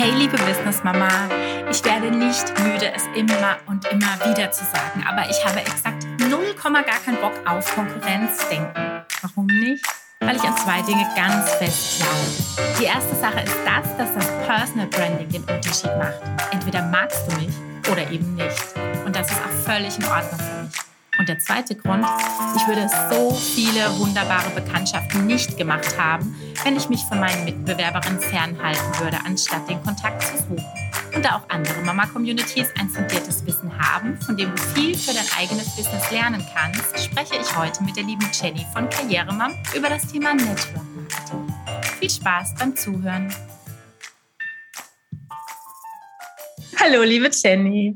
Hey, liebe Business-Mama, ich werde nicht müde, es immer und immer wieder zu sagen, aber ich habe exakt 0, gar keinen Bock auf Konkurrenzdenken. Warum nicht? Weil ich an 2 Dinge ganz fest glaube. Die erste Sache ist dass das Personal Branding den Unterschied macht. Entweder magst du mich oder eben nicht. Und das ist auch völlig in Ordnung für mich. Und der zweite Grund, ich würde so viele wunderbare Bekanntschaften nicht gemacht haben, wenn ich mich von meinen Mitbewerberinnen fernhalten würde, anstatt den Kontakt zu suchen. Und da auch andere Mama-Communities ein fundiertes Wissen haben, von dem du viel für dein eigenes Business lernen kannst, spreche ich heute mit der lieben Jenny von Karrieremom über das Thema Network Marketing. Viel Spaß beim Zuhören. Hallo, liebe Jenny.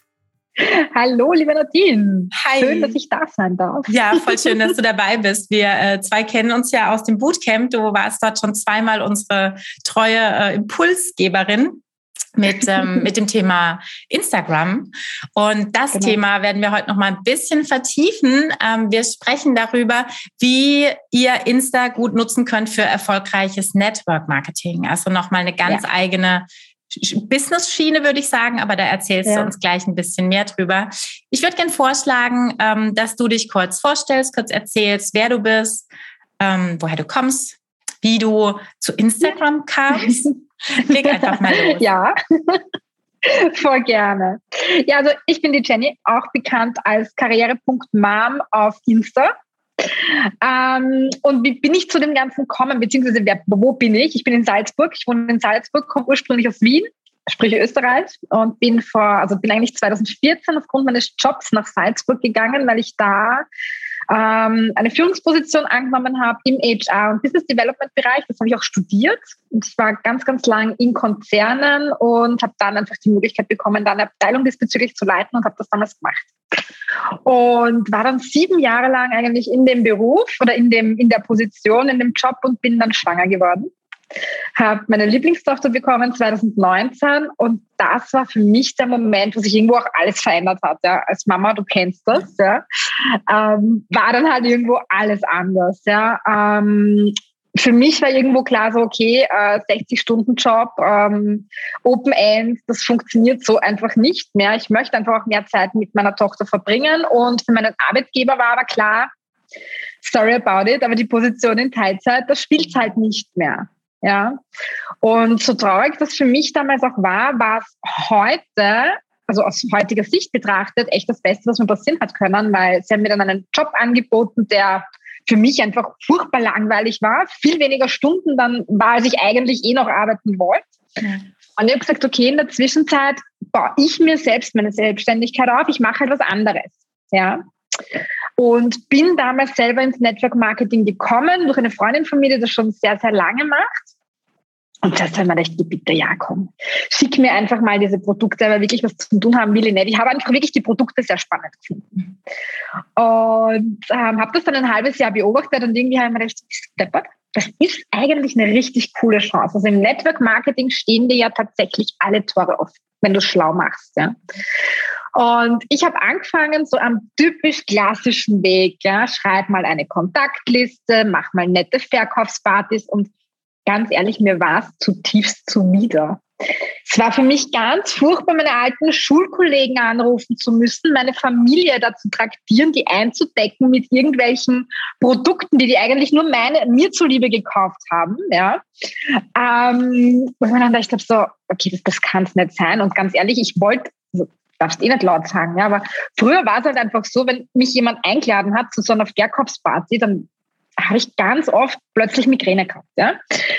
Hallo, liebe Nadine. Hi. Schön, dass ich da sein darf. Ja, voll schön, dass du dabei bist. Wir 2 kennen uns ja aus dem Bootcamp. Du warst dort schon 2-mal unsere treue Impulsgeberin mit dem Thema Instagram. Und das Thema werden wir heute noch mal ein bisschen vertiefen. Wir sprechen darüber, wie ihr Insta gut nutzen könnt für erfolgreiches Network Marketing. Also noch mal eine ganz eigene Business-Schiene, würde ich sagen, aber da erzählst du uns gleich ein bisschen mehr drüber. Ich würde gerne vorschlagen, dass du dich kurz vorstellst, kurz erzählst, wer du bist, woher du kommst, wie du zu Instagram kamst. Leg einfach mal los. Ja, voll gerne. Ja, also ich bin die Jenny, auch bekannt als Karriere.mom auf Insta. Und wie bin ich zu dem Ganzen gekommen, beziehungsweise wo bin ich? Ich bin in Salzburg, ich wohne in Salzburg, komme ursprünglich aus Wien, sprich Österreich, und bin eigentlich 2014 aufgrund meines Jobs nach Salzburg gegangen, weil ich da eine Führungsposition angenommen habe im HR- und Business Development-Bereich. Das habe ich auch studiert. Und ich war ganz, ganz lang in Konzernen und habe dann einfach die Möglichkeit bekommen, da eine Abteilung diesbezüglich zu leiten und habe das damals gemacht. Und war dann 7 Jahre lang eigentlich in dem Beruf oder in der Position, in dem Job und bin dann schwanger geworden. Habe meine Lieblingstochter bekommen 2019 und das war für mich der Moment, wo sich irgendwo auch alles verändert hat. Ja. Als Mama, du kennst das, ja. War dann halt irgendwo alles anders. Ja. Für mich war irgendwo klar so, okay, 60-Stunden-Job, Open End, das funktioniert so einfach nicht mehr. Ich möchte einfach auch mehr Zeit mit meiner Tochter verbringen und für meinen Arbeitgeber war aber klar, sorry about it, aber die Position in Teilzeit, das spielt halt nicht mehr. Ja, und so traurig das für mich damals auch war es heute, also aus heutiger Sicht betrachtet, echt das Beste, was mir passieren hat können, weil sie haben mir dann einen Job angeboten, der für mich einfach furchtbar langweilig war, viel weniger Stunden dann war, als ich eigentlich noch arbeiten wollte. Ja. Und ich habe gesagt, okay, in der Zwischenzeit baue ich mir selbst meine Selbstständigkeit auf, ich mache halt was anderes. Ja. Und bin damals selber ins Network Marketing gekommen, durch eine Freundin von mir, die das schon sehr, sehr lange macht. Und das hat mir echt bitte, ja komm, schick mir einfach mal diese Produkte, weil wirklich was zu tun haben will ich nicht. Ich habe einfach wirklich die Produkte sehr spannend gefunden. Und habe das dann ein halbes Jahr beobachtet und irgendwie habe ich mir gedacht, das ist eigentlich eine richtig coole Chance. Also im Network Marketing stehen dir ja tatsächlich alle Tore offen, wenn du schlau machst. Ja. Und ich habe angefangen so am typisch klassischen Weg, ja, schreib mal eine Kontaktliste, mach mal nette Verkaufspartys und ganz ehrlich, mir war es zutiefst zuwider. Es war für mich ganz furchtbar, meine alten Schulkollegen anrufen zu müssen, meine Familie dazu traktieren, die einzudecken mit irgendwelchen Produkten, die eigentlich nur mir zuliebe gekauft haben. Ja. Und dann dachte ich so, okay, das kann es nicht sein. Und ganz ehrlich, ich wollte, darfst nicht laut sagen, ja, aber früher war es halt einfach so, wenn mich jemand eingeladen hat zu so einer Verkaufsparty, dann habe ich ganz oft plötzlich Migräne gehabt. Ja.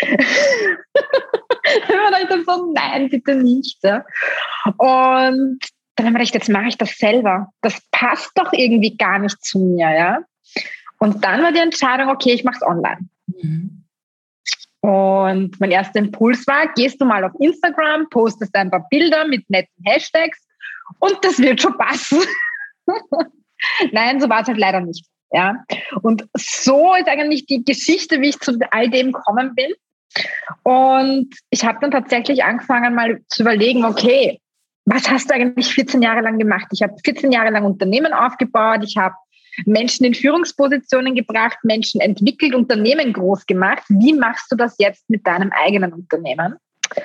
Da dachte ich so, nein, bitte nicht. Ja. Und dann habe ich gedacht, jetzt mache ich das selber. Das passt doch irgendwie gar nicht zu mir. Ja. Und dann war die Entscheidung, okay, ich mache es online. Mhm. Und mein erster Impuls war, gehst du mal auf Instagram, postest ein paar Bilder mit netten Hashtags und das wird schon passen. Nein, so war es halt leider nicht. Ja. Und so ist eigentlich die Geschichte, wie ich zu all dem gekommen bin. Und ich habe dann tatsächlich angefangen, mal zu überlegen, okay, was hast du eigentlich 14 Jahre lang gemacht? Ich habe 14 Jahre lang Unternehmen aufgebaut, ich habe Menschen in Führungspositionen gebracht, Menschen entwickelt, Unternehmen groß gemacht. Wie machst du das jetzt mit deinem eigenen Unternehmen?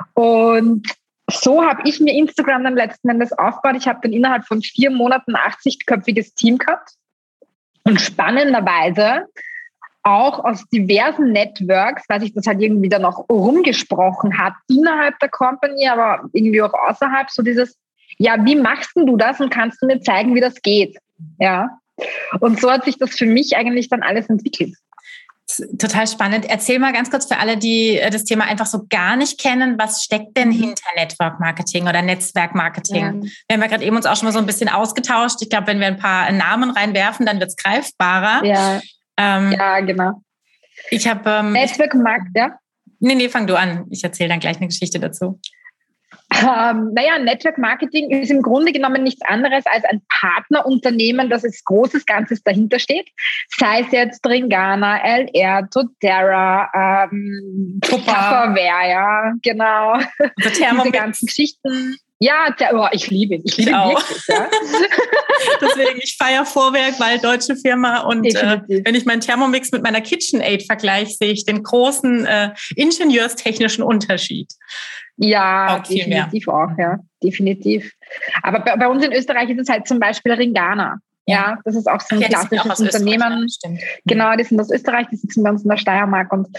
Und so habe ich mir Instagram dann letzten Endes aufgebaut. Ich habe dann innerhalb von 4 Monaten ein 80-köpfiges Team gehabt. Und spannenderweise auch aus diversen Networks, weil sich das halt irgendwie dann auch rumgesprochen hat, innerhalb der Company, aber irgendwie auch außerhalb, so dieses, ja, wie machst denn du das und kannst du mir zeigen, wie das geht? Ja. Und so hat sich das für mich eigentlich dann alles entwickelt. Total spannend. Erzähl mal ganz kurz für alle, die das Thema einfach so gar nicht kennen, was steckt denn hinter Network Marketing oder Netzwerkmarketing? Ja. Wir haben ja gerade eben uns auch schon mal so ein bisschen ausgetauscht. Ich glaube, wenn wir ein paar Namen reinwerfen, dann wird es greifbarer. Ja, ja, genau. Ich habe Netzwerkmarketing, ja? Nee, fang du an. Ich erzähle dann gleich eine Geschichte dazu. Network Marketing ist im Grunde genommen nichts anderes als ein Partnerunternehmen, das als großes Ganzes dahinter steht. Sei es jetzt Ringana, LR, doTERRA, Tupperware, ja, genau. Diese ganzen Geschichten. Ja, ich liebe ihn. Ich liebe ihn auch. Wirklich, ja. Deswegen, ich feiere Vorwerk, weil deutsche Firma. Und wenn ich meinen Thermomix mit meiner KitchenAid vergleiche, sehe ich den großen ingenieurstechnischen Unterschied. Ja, definitiv auch, ja, definitiv. Aber bei uns in Österreich ist es halt zum Beispiel Ringana. Ja, das ist auch so ein klassisches Unternehmen. Genau, die sind aus Österreich, die sitzen bei uns in der Steiermark. Und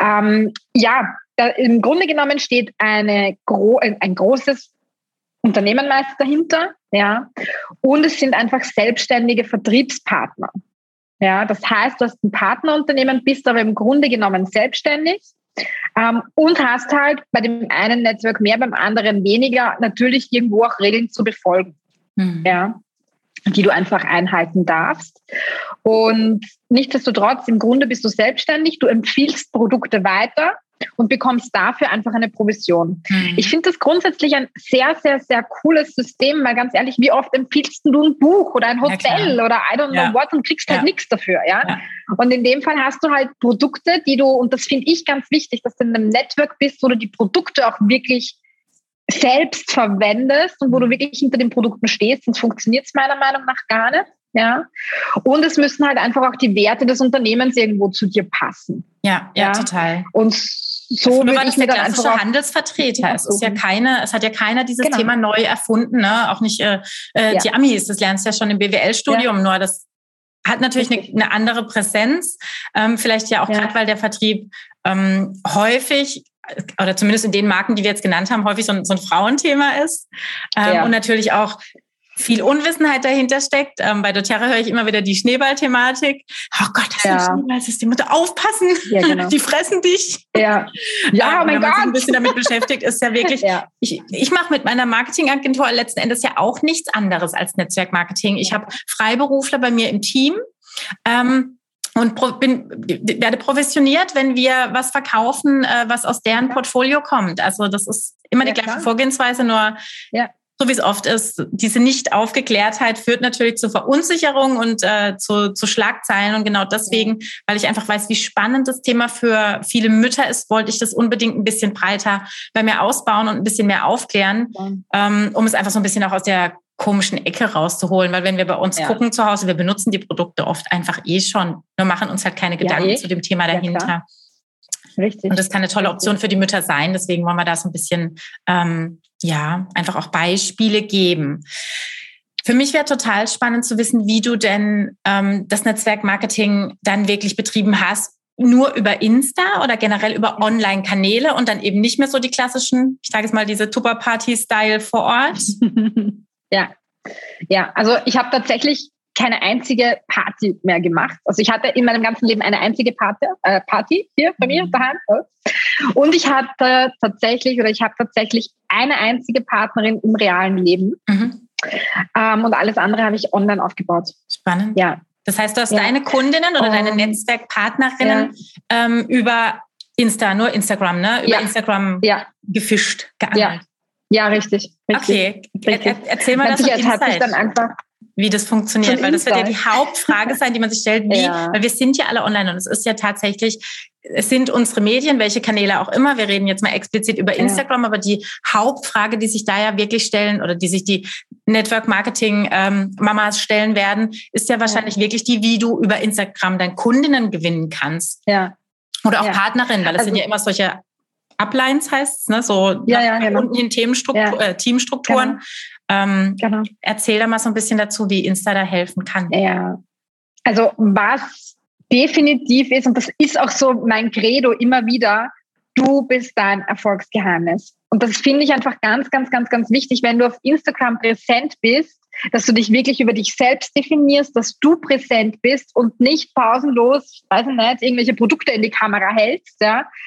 im Grunde genommen steht ein großes Unternehmen meist dahinter, ja, und es sind einfach selbstständige Vertriebspartner. Ja, das heißt, du hast ein Partnerunternehmen, bist aber im Grunde genommen selbstständig. Und hast halt bei dem einen Netzwerk mehr, beim anderen weniger, natürlich irgendwo auch Regeln zu befolgen, ja, die du einfach einhalten darfst. Und nichtsdestotrotz, im Grunde bist du selbstständig, du empfiehlst Produkte weiter und bekommst dafür einfach eine Provision. Ich finde das grundsätzlich ein sehr, sehr, sehr cooles System, weil ganz ehrlich, wie oft empfiehlst du ein Buch oder ein Hotel oder I don't know what und kriegst halt nichts dafür, ja? Und in dem Fall hast du halt Produkte, die du, und das finde ich ganz wichtig, dass du in einem Network bist, wo du die Produkte auch wirklich selbst verwendest und wo du wirklich hinter den Produkten stehst, sonst funktioniert es meiner Meinung nach gar nicht. Ja. Und es müssen halt einfach auch die Werte des Unternehmens irgendwo zu dir passen. Ja, total. Und so war das der klassische Handelsvertreter. Es hat ja keiner dieses Thema neu erfunden, ne? Auch nicht die Amis. Das lernst du ja schon im BWL-Studium, nur das hat natürlich eine andere Präsenz. Vielleicht ja auch gerade, weil der Vertrieb häufig, oder zumindest in den Marken, die wir jetzt genannt haben, häufig so ein Frauenthema ist. Und natürlich auch viel Unwissenheit dahinter steckt. Bei doTERRA höre ich immer wieder die Schneeball-Thematik. Oh Gott, das ist ein Schneeballsystem. Musst du aufpassen. Ja, genau. Die fressen dich. Ja, oh mein Gott. Wenn man sich ein bisschen damit beschäftigt, ist ja wirklich, ich mache mit meiner Marketingagentur letzten Endes ja auch nichts anderes als Netzwerkmarketing. Ich habe Freiberufler bei mir im Team, und werde provisioniert, wenn wir was verkaufen, was aus deren Portfolio kommt. Also das ist immer die gleiche Vorgehensweise, nur so wie es oft ist, diese Nicht-Aufgeklärtheit führt natürlich zu Verunsicherung und zu Schlagzeilen. Und genau deswegen, weil ich einfach weiß, wie spannend das Thema für viele Mütter ist, wollte ich das unbedingt ein bisschen breiter bei mir ausbauen und ein bisschen mehr aufklären, um es einfach so ein bisschen auch aus der komischen Ecke rauszuholen. Weil wenn wir bei uns gucken zu Hause, wir benutzen die Produkte oft einfach schon. Nur machen uns halt keine Gedanken zu dem Thema dahinter. Richtig. Und das kann eine tolle Option für die Mütter sein. Deswegen wollen wir da so ein bisschen einfach auch Beispiele geben. Für mich wäre total spannend zu wissen, wie du denn das Netzwerkmarketing dann wirklich betrieben hast. Nur über Insta oder generell über Online-Kanäle und dann eben nicht mehr so die klassischen, ich sage jetzt mal diese Tupper-Party-Style vor Ort? Ja, also ich habe tatsächlich keine einzige Party mehr gemacht. Also ich hatte in meinem ganzen Leben eine einzige Party hier bei mir daheim. Und ich habe tatsächlich eine einzige Partnerin im realen Leben. Und alles andere habe ich online aufgebaut. Spannend. Ja. Das heißt, du hast deine Kundinnen oder deine Netzwerkpartnerinnen über nur Instagram, ne? Über Instagram gefischt, geangelt. Ja, richtig. Okay, erzähl mal das von Insight, wie das funktioniert, weil das wird ja die Hauptfrage sein, die man sich stellt, weil wir sind ja alle online und es ist ja tatsächlich, es sind unsere Medien, welche Kanäle auch immer, wir reden jetzt mal explizit über Instagram, aber die Hauptfrage, die sich da ja wirklich stellen oder die sich die Network-Marketing-Mamas stellen werden, ist ja wahrscheinlich wirklich die, wie du über Instagram deine Kundinnen gewinnen kannst. Ja. Oder auch Partnerinnen, weil es sind ja immer solche Uplines heißt es, ne? So genau. unten in Teamstrukturen. Genau. Erzähl da mal so ein bisschen dazu, wie Insta da helfen kann. Ja, also was definitiv ist, und das ist auch so mein Credo immer wieder, du bist dein Erfolgsgeheimnis. Und das finde ich einfach ganz, ganz, ganz, ganz wichtig, wenn du auf Instagram präsent bist, dass du dich wirklich über dich selbst definierst, dass du präsent bist und nicht pausenlos, weiß ich nicht, irgendwelche Produkte in die Kamera hältst,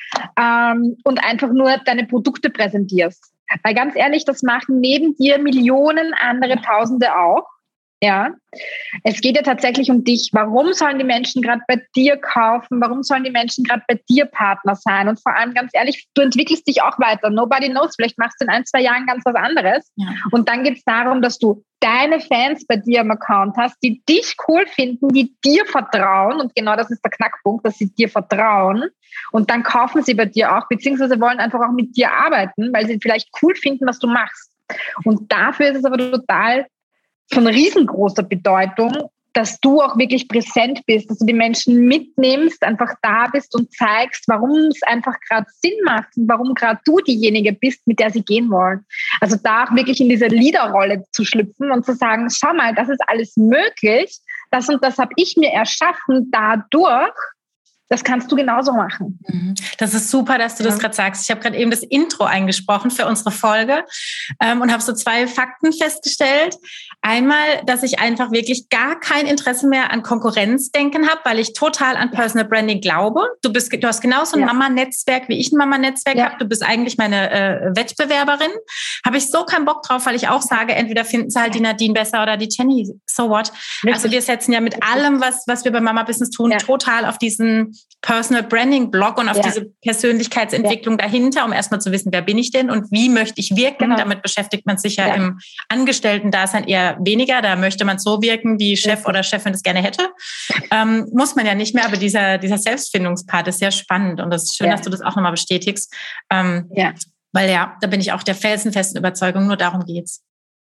und einfach nur deine Produkte präsentierst. Weil ganz ehrlich, das machen neben dir Millionen andere Tausende auch. Ja, es geht ja tatsächlich um dich. Warum sollen die Menschen gerade bei dir kaufen? Warum sollen die Menschen gerade bei dir Partner sein? Und vor allem, ganz ehrlich, du entwickelst dich auch weiter. Nobody knows. Vielleicht machst du in 1-2 Jahren ganz was anderes. Ja. Und dann geht es darum, dass du deine Fans bei dir am Account hast, die dich cool finden, die dir vertrauen. Und genau das ist der Knackpunkt, dass sie dir vertrauen. Und dann kaufen sie bei dir auch, beziehungsweise wollen einfach auch mit dir arbeiten, weil sie vielleicht cool finden, was du machst. Und dafür ist es aber total von riesengroßer Bedeutung, dass du auch wirklich präsent bist, dass du die Menschen mitnimmst, einfach da bist und zeigst, warum es einfach gerade Sinn macht und warum gerade du diejenige bist, mit der sie gehen wollen. Also da auch wirklich in diese Leaderrolle zu schlüpfen und zu sagen, schau mal, das ist alles möglich, das und das habe ich mir erschaffen dadurch. Das kannst du genauso machen. Das ist super, dass du das gerade sagst. Ich habe gerade eben das Intro eingesprochen für unsere Folge und habe so 2 Fakten festgestellt. Einmal, dass ich einfach wirklich gar kein Interesse mehr an Konkurrenzdenken habe, weil ich total an Personal Branding glaube. Du hast genauso ein Mama-Netzwerk, wie ich ein Mama-Netzwerk habe. Du bist eigentlich meine Wettbewerberin. Habe ich so keinen Bock drauf, weil ich auch sage, entweder finden sie halt die Nadine besser oder die Jenny. So what? Richtig. Also wir setzen ja mit allem, was wir beim Mama-Business tun, total auf diesen Personal Branding Blog und auf diese Persönlichkeitsentwicklung dahinter, um erstmal zu wissen, wer bin ich denn und wie möchte ich wirken. Genau. Damit beschäftigt man sich ja im Angestellten-Dasein eher weniger. Da möchte man so wirken, wie Chef oder Chefin es gerne hätte. Muss man ja nicht mehr, aber dieser Selbstfindungspart ist sehr spannend und das ist schön, dass du das auch nochmal bestätigst. Weil da bin ich auch der felsenfesten Überzeugung, nur darum geht's.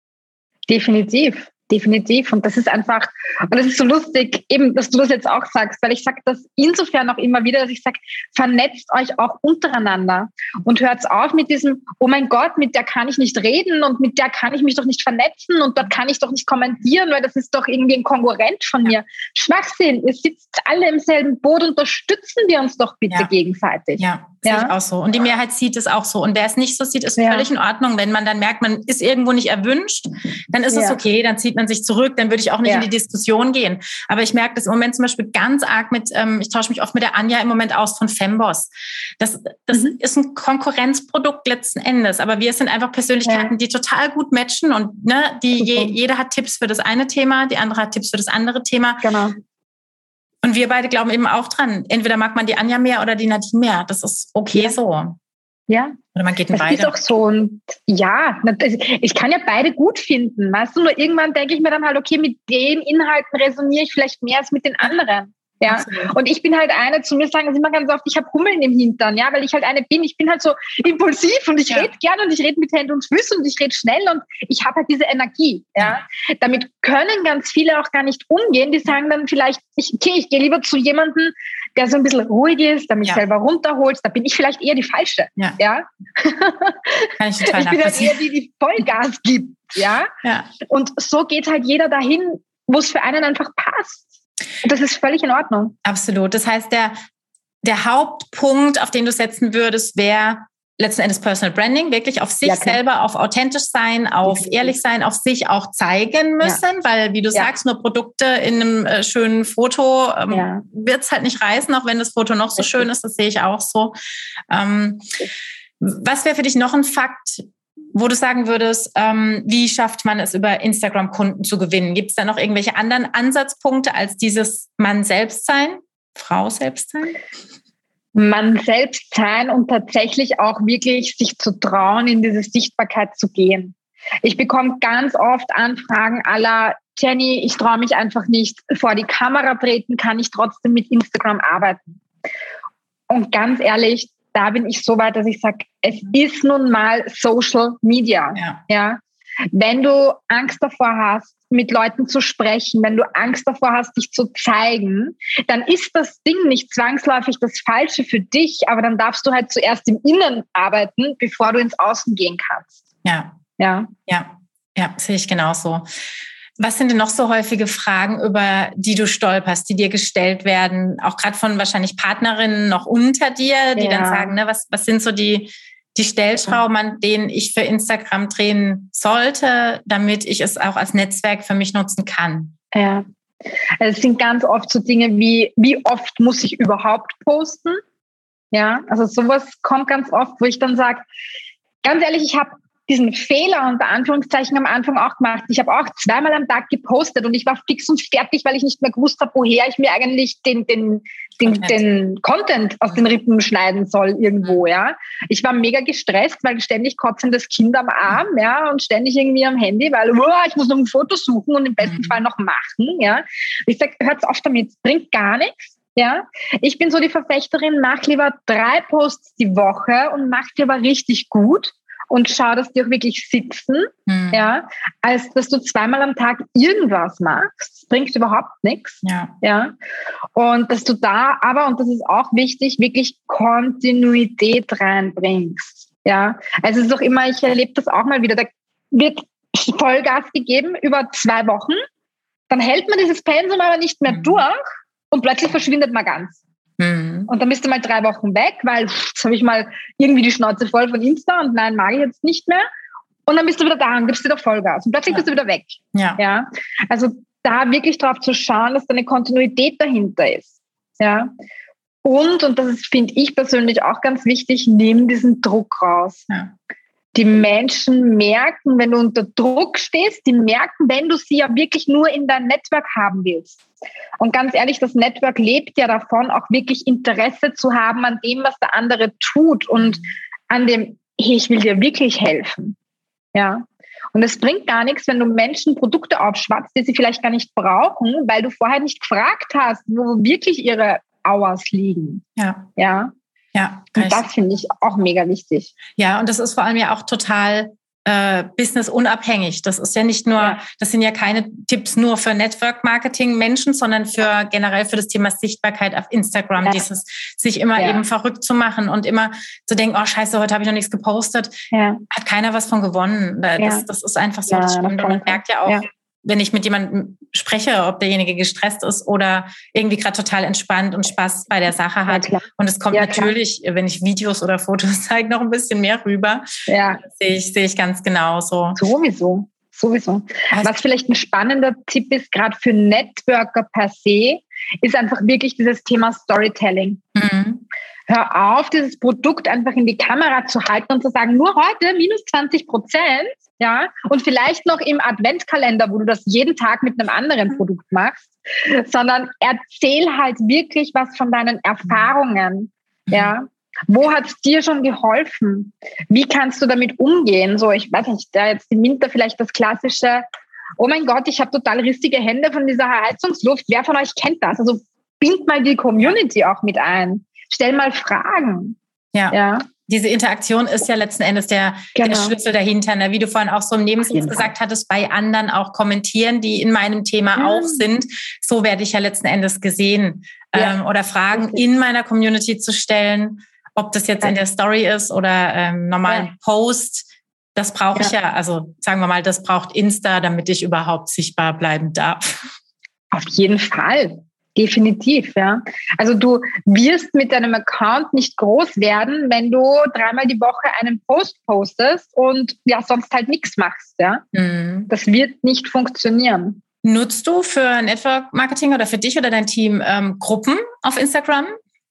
Definitiv. Und das ist einfach, und das ist so lustig, eben, dass du das jetzt auch sagst, weil ich sage das insofern auch immer wieder, dass ich sage, vernetzt euch auch untereinander und hört auf mit diesem, oh mein Gott, mit der kann ich nicht reden und mit der kann ich mich doch nicht vernetzen und dort kann ich doch nicht kommentieren, weil das ist doch irgendwie ein Konkurrent von mir. Schwachsinn, ihr sitzt alle im selben Boot, unterstützen wir uns doch bitte gegenseitig. Ja, sehe ich auch so. Und die Mehrheit sieht es auch so. Und wer es nicht so sieht, ist völlig in Ordnung. Wenn man dann merkt, man ist irgendwo nicht erwünscht, dann ist es okay, dann zieht man sich zurück, dann würde ich auch nicht in die Diskussion gehen. Aber ich merke das im Moment zum Beispiel ganz arg mit, ich tausche mich oft mit der Anja im Moment aus von Femboss. Das ist ein Konkurrenzprodukt letzten Endes, aber wir sind einfach Persönlichkeiten, die total gut matchen und jeder hat Tipps für das eine Thema, die andere hat Tipps für das andere Thema. Genau. Und wir beide glauben eben auch dran, entweder mag man die Anja mehr oder die Nadine mehr. Das ist okay so. Ja. Oder man geht in beide. Das ist auch so. Und ich kann ja beide gut finden. Weißt du, nur irgendwann denke ich mir dann halt, okay, mit den Inhalten resoniere ich vielleicht mehr als mit den anderen. Ja. Absolut. Und ich bin halt eine, zu mir sagen sie immer ganz oft, ich habe Hummeln im Hintern, weil ich halt eine bin. Ich bin halt so impulsiv und ich rede gerne und ich rede mit Händen und Füßen und ich rede schnell und ich habe halt diese Energie. Ja. Damit können ganz viele auch gar nicht umgehen. Die sagen dann vielleicht, ich gehe lieber zu jemandem, der so ein bisschen ruhig ist, der mich selber runterholt. Da bin ich vielleicht eher die Falsche. Ja. Kann ich total ich bin halt eher die Vollgas gibt. Ja. Und so geht halt jeder dahin, wo es für einen einfach passt. Und das ist völlig in Ordnung. Absolut. Das heißt, der Hauptpunkt, auf den du setzen würdest, wäre letzten Endes Personal Branding, wirklich auf sich selber, auf authentisch sein, auf ehrlich sein, auf sich auch zeigen müssen, weil, wie du sagst, nur Produkte in einem schönen Foto wird es halt nicht reißen, auch wenn das Foto noch so schön ist, das sehe ich auch so. Was wäre für dich noch ein Fakt, wo du sagen würdest, wie schafft man es, über Instagram Kunden zu gewinnen? Gibt es da noch irgendwelche anderen Ansatzpunkte als dieses Mann selbst sein, Frau selbst sein? Mann selbst sein und tatsächlich auch wirklich sich zu trauen, in diese Sichtbarkeit zu gehen. Ich bekomme ganz oft Anfragen à la, Jenny, ich traue mich einfach nicht vor die Kamera treten, kann ich trotzdem mit Instagram arbeiten? Und ganz ehrlich, da bin ich so weit, dass ich sage, es ist nun mal Social Media. Ja. Wenn du Angst davor hast, mit Leuten zu sprechen, wenn du Angst davor hast, dich zu zeigen, dann ist das Ding nicht zwangsläufig das Falsche für dich, aber dann darfst du halt zuerst im Innen arbeiten, bevor du ins Außen gehen kannst. Ja, sehe ich genauso. Was sind denn noch so häufige Fragen, über die du stolperst, die dir gestellt werden, auch gerade von wahrscheinlich Partnerinnen noch unter dir, die dann sagen, ne, was sind so die Stellschrauben, an denen ich für Instagram drehen sollte, damit ich es auch als Netzwerk für mich nutzen kann? Ja, also es sind ganz oft so Dinge wie oft muss ich überhaupt posten? Ja, also sowas kommt ganz oft, wo ich dann sage, ganz ehrlich, ich habe diesen Fehler unter Anführungszeichen am Anfang auch gemacht. Ich habe auch 2-mal am Tag gepostet und ich war fix und fertig, weil ich nicht mehr gewusst habe, woher ich mir eigentlich den Content aus den Rippen schneiden soll irgendwo, ja. Ich war mega gestresst, weil ständig kotzendes Kind am Arm, ja, und ständig irgendwie am Handy, weil ich muss noch ein Foto suchen und im besten Fall noch machen, ja. Ich sage, hört's auf damit, bringt gar nichts. Ja, ich bin so die Verfechterin, mach lieber 3 Posts die Woche und mach die aber richtig gut und schau, dass die auch wirklich sitzen, ja, als dass du 2-mal am Tag irgendwas machst. Das bringt überhaupt nichts. Ja. Und dass du da aber, und das ist auch wichtig, wirklich Kontinuität reinbringst. Ja, also es ist auch immer, ich erlebe das auch mal wieder, da wird Vollgas gegeben über 2 Wochen, dann hält man dieses Pensum aber nicht mehr durch und plötzlich verschwindet man ganz. Und dann bist du mal 3 Wochen weg, weil jetzt habe ich mal irgendwie die Schnauze voll von Insta und nein, mag ich jetzt nicht mehr. Und dann bist du wieder da und gibst dir doch Vollgas. Und plötzlich bist du wieder weg. Ja. Also da wirklich drauf zu schauen, dass da eine Kontinuität dahinter ist. Ja. Und das ist, finde ich persönlich auch ganz wichtig, nimm diesen Druck raus. Ja. Die Menschen merken, wenn du unter Druck stehst, die merken, wenn du sie ja wirklich nur in dein Netzwerk haben willst. Und ganz ehrlich, das Netzwerk lebt ja davon, auch wirklich Interesse zu haben an dem, was der andere tut und an dem, hey, ich will dir wirklich helfen. Ja. Und es bringt gar nichts, wenn du Menschen Produkte aufschwatzt, die sie vielleicht gar nicht brauchen, weil du vorher nicht gefragt hast, wo wirklich ihre Hours liegen. Ja. Und das finde ich auch mega wichtig. Ja, und das ist vor allem ja auch total businessunabhängig. Das ist ja nicht nur, das sind ja keine Tipps nur für Network-Marketing-Menschen, sondern generell für das Thema Sichtbarkeit auf Instagram, dieses sich immer eben verrückt zu machen und immer zu denken, oh scheiße, heute habe ich noch nichts gepostet. Hat keiner was von gewonnen. Das ist einfach so, das stimmt. Und man merkt ja auch, wenn ich mit jemandem spreche, ob derjenige gestresst ist oder irgendwie gerade total entspannt und Spaß bei der Sache hat. Und es kommt natürlich, wenn ich Videos oder Fotos zeige, noch ein bisschen mehr rüber. Ja. Sehe ich ganz genauso. Sowieso. Was vielleicht ein spannender Tipp ist, gerade für Networker per se, ist einfach wirklich dieses Thema Storytelling. Hör auf, dieses Produkt einfach in die Kamera zu halten und zu sagen, nur heute minus 20%, ja, und vielleicht noch im Adventskalender, wo du das jeden Tag mit einem anderen Produkt machst, sondern erzähl halt wirklich was von deinen Erfahrungen, ja. Wo hat es dir schon geholfen? Wie kannst du damit umgehen? So, ich weiß nicht, da jetzt im Winter vielleicht das klassische, oh mein Gott, ich habe total rissige Hände von dieser Heizungsluft. Wer von euch kennt das? Also bind mal die Community auch mit ein. Stell mal Fragen. Ja. Diese Interaktion ist ja letzten Endes der Schlüssel dahinter. Ne? Wie du vorhin auch so im Nebensatz gesagt hattest, bei anderen auch kommentieren, die in meinem Thema auch sind. So werde ich ja letzten Endes gesehen. Oder Fragen in meiner Community zu stellen, ob das jetzt in der Story ist oder normalen Post. Das brauche ich ja, also sagen wir mal, das braucht Insta, damit ich überhaupt sichtbar bleiben darf. Auf jeden Fall. Definitiv, ja. Also du wirst mit deinem Account nicht groß werden, wenn du 3-mal die Woche einen Post postest und sonst halt nichts machst, ja. Das wird nicht funktionieren. Nutzt du für Network Marketing oder für dich oder dein Team Gruppen auf Instagram?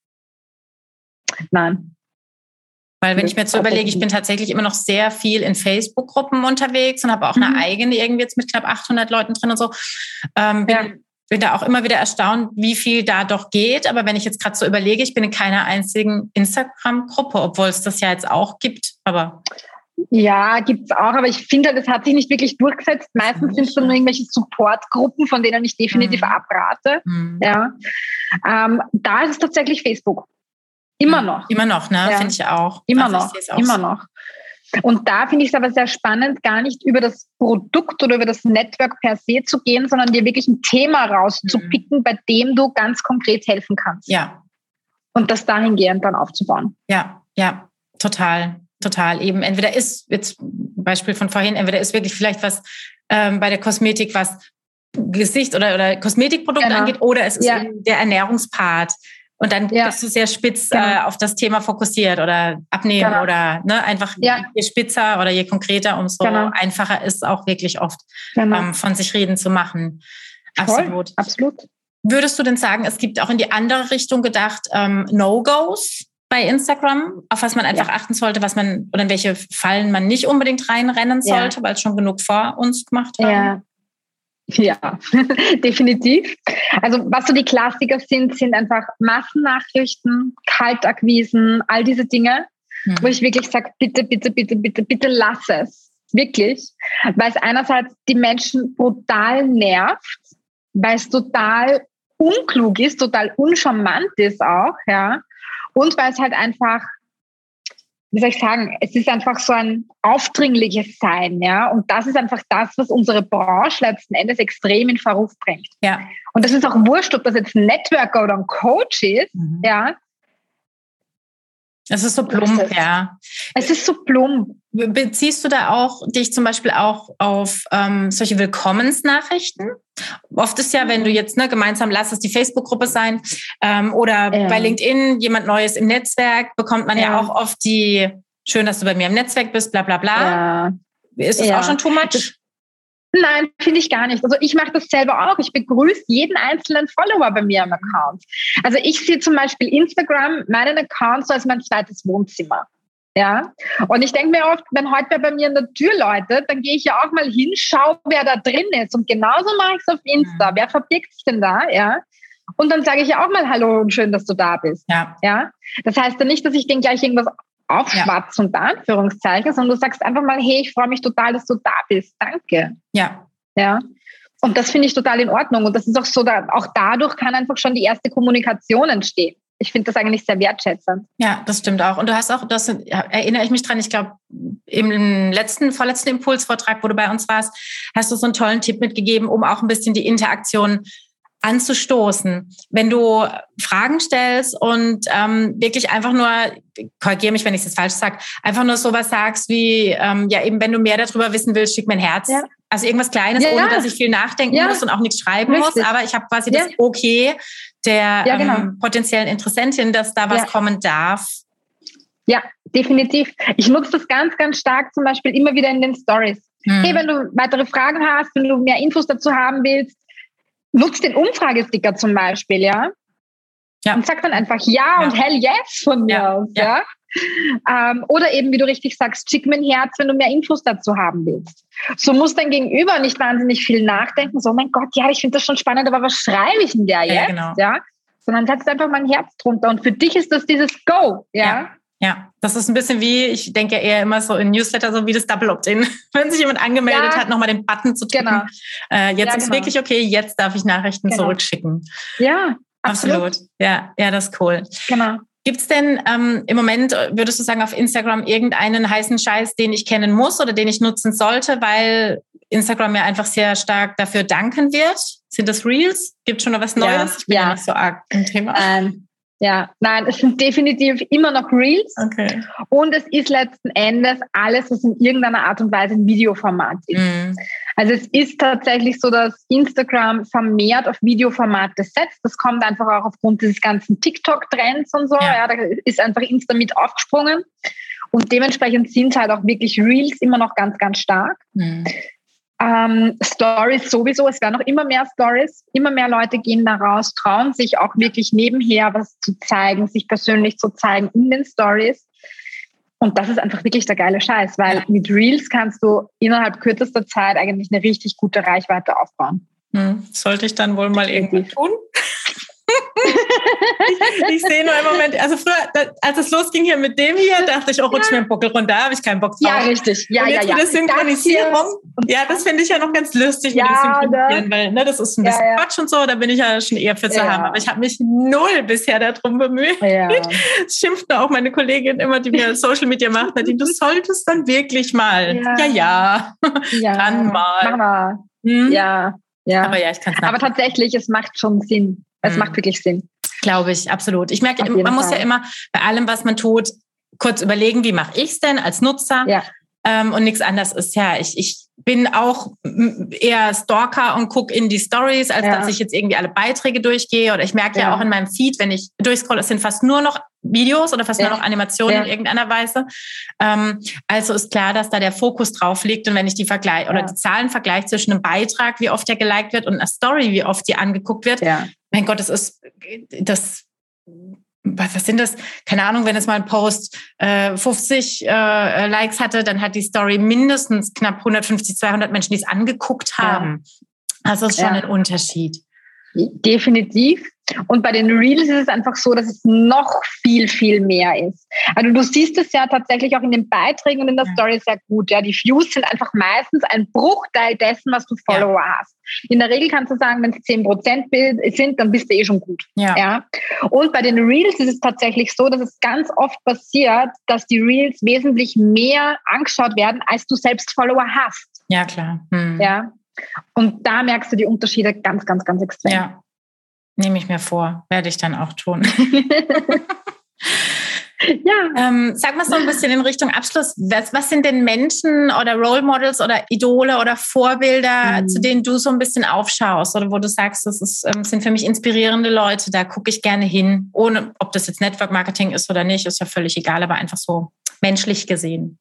Nein. Weil wenn ich mir jetzt so überlege, ich bin tatsächlich immer noch sehr viel in Facebook-Gruppen unterwegs und habe auch eine eigene irgendwie jetzt mit knapp 800 Leuten drin und so. Bin da auch immer wieder erstaunt, wie viel da doch geht. Aber wenn ich jetzt gerade so überlege, ich bin in keiner einzigen Instagram-Gruppe, obwohl es das ja jetzt auch gibt. Aber ja, gibt's auch. Aber ich finde, das hat sich nicht wirklich durchgesetzt. Meistens sind es dann nur irgendwelche Support-Gruppen, von denen ich definitiv abrate. Ja. Da ist es tatsächlich Facebook. Immer noch. Immer noch, ne? Finde ich auch. Immer noch. Und da finde ich es aber sehr spannend, gar nicht über das Produkt oder über das Network per se zu gehen, sondern dir wirklich ein Thema rauszupicken, bei dem du ganz konkret helfen kannst. Ja. Und das dahingehend dann aufzubauen. Ja, total. Eben entweder ist, jetzt Beispiel von vorhin, entweder ist wirklich vielleicht was bei der Kosmetik, was Gesicht oder Kosmetikprodukt angeht, oder es ist eben der Ernährungspart. Und dann bist du sehr spitz auf das Thema fokussiert oder abnehmen oder einfach je spitzer oder je konkreter, umso einfacher ist auch wirklich oft von sich reden zu machen. Absolut. Absolut. Würdest du denn sagen, es gibt auch in die andere Richtung gedacht No-Gos bei Instagram, auf was man einfach achten sollte, was man oder in welche Fallen man nicht unbedingt reinrennen sollte, weil es schon genug vor uns gemacht haben? Ja, definitiv. Also was so die Klassiker sind einfach Massennachrichten, Kaltakquisen, all diese Dinge, wo ich wirklich sage, bitte lass es. Wirklich. Weil es einerseits die Menschen brutal nervt, weil es total unklug ist, total uncharmant ist auch, und weil es halt einfach, wie soll ich sagen, es ist einfach so ein aufdringliches Sein, und das ist einfach das, was unsere Branche letzten Endes extrem in Verruf bringt. Ja. Und das ist auch wurscht, ob das jetzt ein Networker oder ein Coach ist, Es ist so plump, Es ist so plump. Beziehst du da auch dich zum Beispiel auch auf solche Willkommensnachrichten? Oft ist ja, wenn du jetzt gemeinsam, lass es die Facebook-Gruppe sein oder bei LinkedIn jemand Neues im Netzwerk, bekommt man ja auch oft die, schön, dass du bei mir im Netzwerk bist, bla bla bla. Ja. Ist das auch schon too much? Nein, finde ich gar nicht. Also ich mache das selber auch. Ich begrüße jeden einzelnen Follower bei mir am Account. Also ich sehe zum Beispiel Instagram, meinen Account so als mein zweites Wohnzimmer. Ja, und ich denke mir oft, wenn heute wer bei mir an der Tür läutet, dann gehe ich ja auch mal hin, schaue, wer da drin ist. Und genauso mache ich es auf Insta. Wer verbirgt sich denn da? Ja. Und dann sage ich ja auch mal Hallo und schön, dass du da bist. Ja. Das heißt ja nicht, dass ich denen gleich irgendwas aufschwatze, unter Anführungszeichen, sondern du sagst einfach mal, hey, ich freue mich total, dass du da bist. Danke. Ja. Und das finde ich total in Ordnung. Und das ist auch so, auch dadurch kann einfach schon die erste Kommunikation entstehen. Ich finde das eigentlich sehr wertschätzend. Ja, das stimmt auch. Und du hast auch, das erinnere ich mich dran, ich glaube, im vorletzten Impulsvortrag, wo du bei uns warst, hast du so einen tollen Tipp mitgegeben, um auch ein bisschen die Interaktion anzustoßen. Wenn du Fragen stellst und wirklich einfach nur, korrigiere mich, wenn ich es jetzt falsch sage, einfach nur sowas sagst wie, eben wenn du mehr darüber wissen willst, schick mir ein Herz. Ja. Also irgendwas Kleines, ohne dass ich viel nachdenken muss und auch nichts schreiben muss, aber ich habe quasi das Okay der potenziellen Interessentin, dass da was kommen darf. Ja, definitiv. Ich nutze das ganz, ganz stark zum Beispiel immer wieder in den Stories. Hey, wenn du weitere Fragen hast, wenn du mehr Infos dazu haben willst, nutz den Umfragesticker zum Beispiel, und sag dann einfach und hell yes von mir aus, oder eben, wie du richtig sagst, schick mir ein Herz, wenn du mehr Infos dazu haben willst. So muss dein Gegenüber nicht wahnsinnig viel nachdenken, so, mein Gott, ich finde das schon spannend, aber was schreibe ich denn da jetzt? Genau. Sondern setz einfach mal ein Herz drunter und für dich ist das dieses Go, Ja, das ist ein bisschen wie, ich denke eher immer so in Newsletter, so wie das Double Opt-in. Wenn sich jemand angemeldet hat, nochmal den Button zu drücken. Jetzt ist wirklich okay, jetzt darf ich Nachrichten zurückschicken. Ja, absolut. Ja, das ist cool. Genau. Gibt's denn im Moment, würdest du sagen, auf Instagram irgendeinen heißen Scheiß, den ich kennen muss oder den ich nutzen sollte, weil Instagram ja einfach sehr stark dafür danken wird? Sind das Reels? Gibt schon noch was Neues? Ich bin ja nicht so arg im Thema. Nein, es sind definitiv immer noch Reels. Okay. Und es ist letzten Endes alles, was in irgendeiner Art und Weise ein Videoformat ist. Also es ist tatsächlich so, dass Instagram vermehrt auf Videoformate setzt. Das kommt einfach auch aufgrund dieses ganzen TikTok-Trends und so. Da ist einfach Insta mit aufgesprungen. Und dementsprechend sind halt auch wirklich Reels immer noch ganz, ganz stark. Stories sowieso, es werden noch immer mehr Stories, immer mehr Leute gehen da raus, trauen sich auch wirklich nebenher was zu zeigen, sich persönlich zu zeigen in den Stories. Und das ist einfach wirklich der geile Scheiß, weil mit Reels kannst du innerhalb kürzester Zeit eigentlich eine richtig gute Reichweite aufbauen. Sollte ich dann wohl mal irgendwann tun? Ich sehe nur im Moment, also früher, als es losging hier mit dem hier, dachte ich, rutsch mir einen Buckel runter, habe ich keinen Bock drauf. Ja, richtig. Ja, und jetzt ja. mit der Synchronisierung, das finde ich ja noch ganz lustig mit dem Synchronisieren, weil das ist ein bisschen Quatsch und so, da bin ich ja schon eher für zu haben. Aber ich habe mich null bisher darum bemüht. Ja. Es schimpft nur auch meine Kollegin immer, die mir Social Media macht, Nadine, du solltest dann wirklich mal. Ja. Dann mal. Mach mal. Ja. Aber ja, ich kann es. Aber tatsächlich, es macht schon Sinn. Es macht wirklich Sinn. Glaube ich, absolut. Ich merke, man muss ja immer bei allem, was man tut, kurz überlegen, wie mache ich es denn als Nutzer? Ja. Und nichts anderes ist ich bin auch eher Stalker und gucke in die Stories, als dass ich jetzt irgendwie alle Beiträge durchgehe. Oder ich merke ja auch in meinem Feed, wenn ich durchscrolle, es sind fast nur noch Videos oder fast nur noch Animationen in irgendeiner Weise. Also ist klar, dass da der Fokus drauf liegt. Und wenn ich die oder die Zahlen vergleiche zwischen einem Beitrag, wie oft der geliked wird, und einer Story, wie oft die angeguckt wird, mein Gott, was sind das? Keine Ahnung, wenn es mal ein Post 50 Likes hatte, dann hat die Story mindestens knapp 150, 200 Menschen, die es angeguckt haben. Also ist schon ein Unterschied. Definitiv. Und bei den Reels ist es einfach so, dass es noch viel, viel mehr ist. Also du siehst es ja tatsächlich auch in den Beiträgen und in der Story sehr gut. Ja, die Views sind einfach meistens ein Bruchteil dessen, was du Follower hast. In der Regel kannst du sagen, wenn es 10% sind, dann bist du schon gut. Ja. Und bei den Reels ist es tatsächlich so, dass es ganz oft passiert, dass die Reels wesentlich mehr angeschaut werden, als du selbst Follower hast. Ja, klar. Ja. Und da merkst du die Unterschiede ganz, ganz, ganz extrem. Ja. Nehme ich mir vor, werde ich dann auch tun. Sag mal so ein bisschen in Richtung Abschluss, was sind denn Menschen oder Role Models oder Idole oder Vorbilder, zu denen du so ein bisschen aufschaust oder wo du sagst, das sind für mich inspirierende Leute, da gucke ich gerne hin, ohne ob das jetzt Network Marketing ist oder nicht, ist ja völlig egal, aber einfach so menschlich gesehen.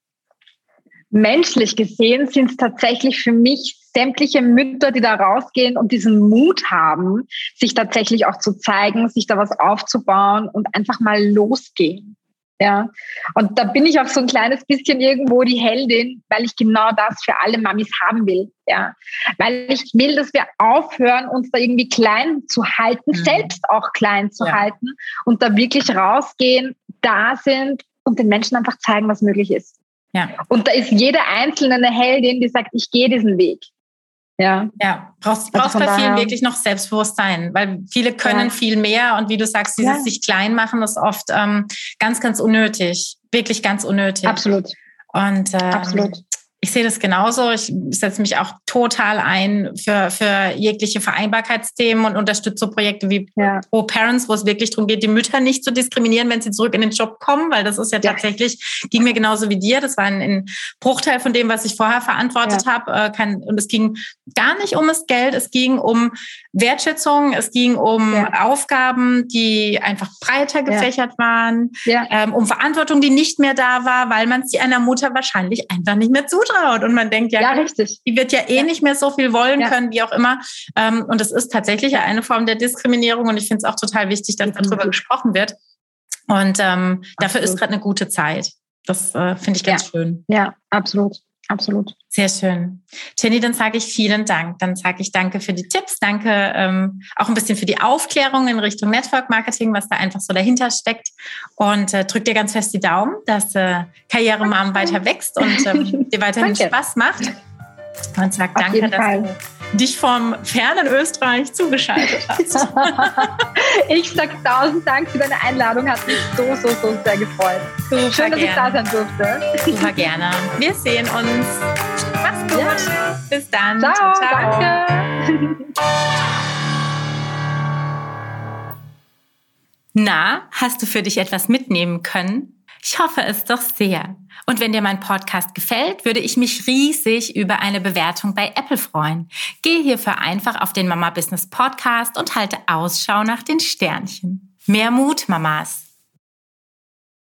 Menschlich gesehen sind es tatsächlich für mich sämtliche Mütter, die da rausgehen und diesen Mut haben, sich tatsächlich auch zu zeigen, sich da was aufzubauen und einfach mal losgehen. Ja. Und da bin ich auch so ein kleines bisschen irgendwo die Heldin, weil ich genau das für alle Mamis haben will. Ja. Weil ich will, dass wir aufhören, uns da irgendwie klein zu halten, selbst auch klein zu halten und da wirklich rausgehen, da sind und den Menschen einfach zeigen, was möglich ist. Ja. Und da ist jede Einzelne eine Heldin, die sagt, ich gehe diesen Weg. Ja. Brauchst bei vielen wirklich noch Selbstbewusstsein, weil viele können viel mehr und wie du sagst, dieses sich klein machen ist oft ganz, ganz unnötig. Wirklich ganz unnötig. Absolut. Und absolut. Ich sehe das genauso. Ich setze mich auch total ein für jegliche Vereinbarkeitsthemen und unterstütze so Projekte wie Pro Parents, wo es wirklich darum geht, die Mütter nicht zu diskriminieren, wenn sie zurück in den Job kommen, weil das ist ja tatsächlich, ging mir genauso wie dir. Das war ein Bruchteil von dem, was ich vorher verantwortet habe. Und es ging gar nicht um das Geld, es ging um Wertschätzung, es ging um Aufgaben, die einfach breiter gefächert waren, um Verantwortung, die nicht mehr da war, weil man sie einer Mutter wahrscheinlich einfach nicht mehr zutraut. Und man denkt, richtig. Die wird ja nicht mehr so viel wollen können, wie auch immer. Und das ist tatsächlich eine Form der Diskriminierung. Und ich finde es auch total wichtig, dass darüber gesprochen wird. Und dafür ist gerade eine gute Zeit. Das finde ich ganz schön. Ja, absolut. Absolut. Sehr schön. Jenny, dann sage ich vielen Dank. Dann sage ich danke für die Tipps, danke auch ein bisschen für die Aufklärung in Richtung Network Marketing, was da einfach so dahinter steckt. Und drück dir ganz fest die Daumen, dass Karriere Mom weiter wächst und dir weiterhin Spaß macht. Und sag danke, dass du dich vom fernen Österreich zugeschaltet hast. Ich sag 1000 Dank für deine Einladung, hat mich so sehr gefreut. Super schön, dass ich da sein durfte. Super gerne. Wir sehen uns. Mach's gut. Ja. Bis dann. Ciao. Danke. Na, hast du für dich etwas mitnehmen können? Ich hoffe es doch sehr. Und wenn dir mein Podcast gefällt, würde ich mich riesig über eine Bewertung bei Apple freuen. Geh hierfür einfach auf den Mama Business Podcast und halte Ausschau nach den Sternchen. Mehr Mut, Mamas!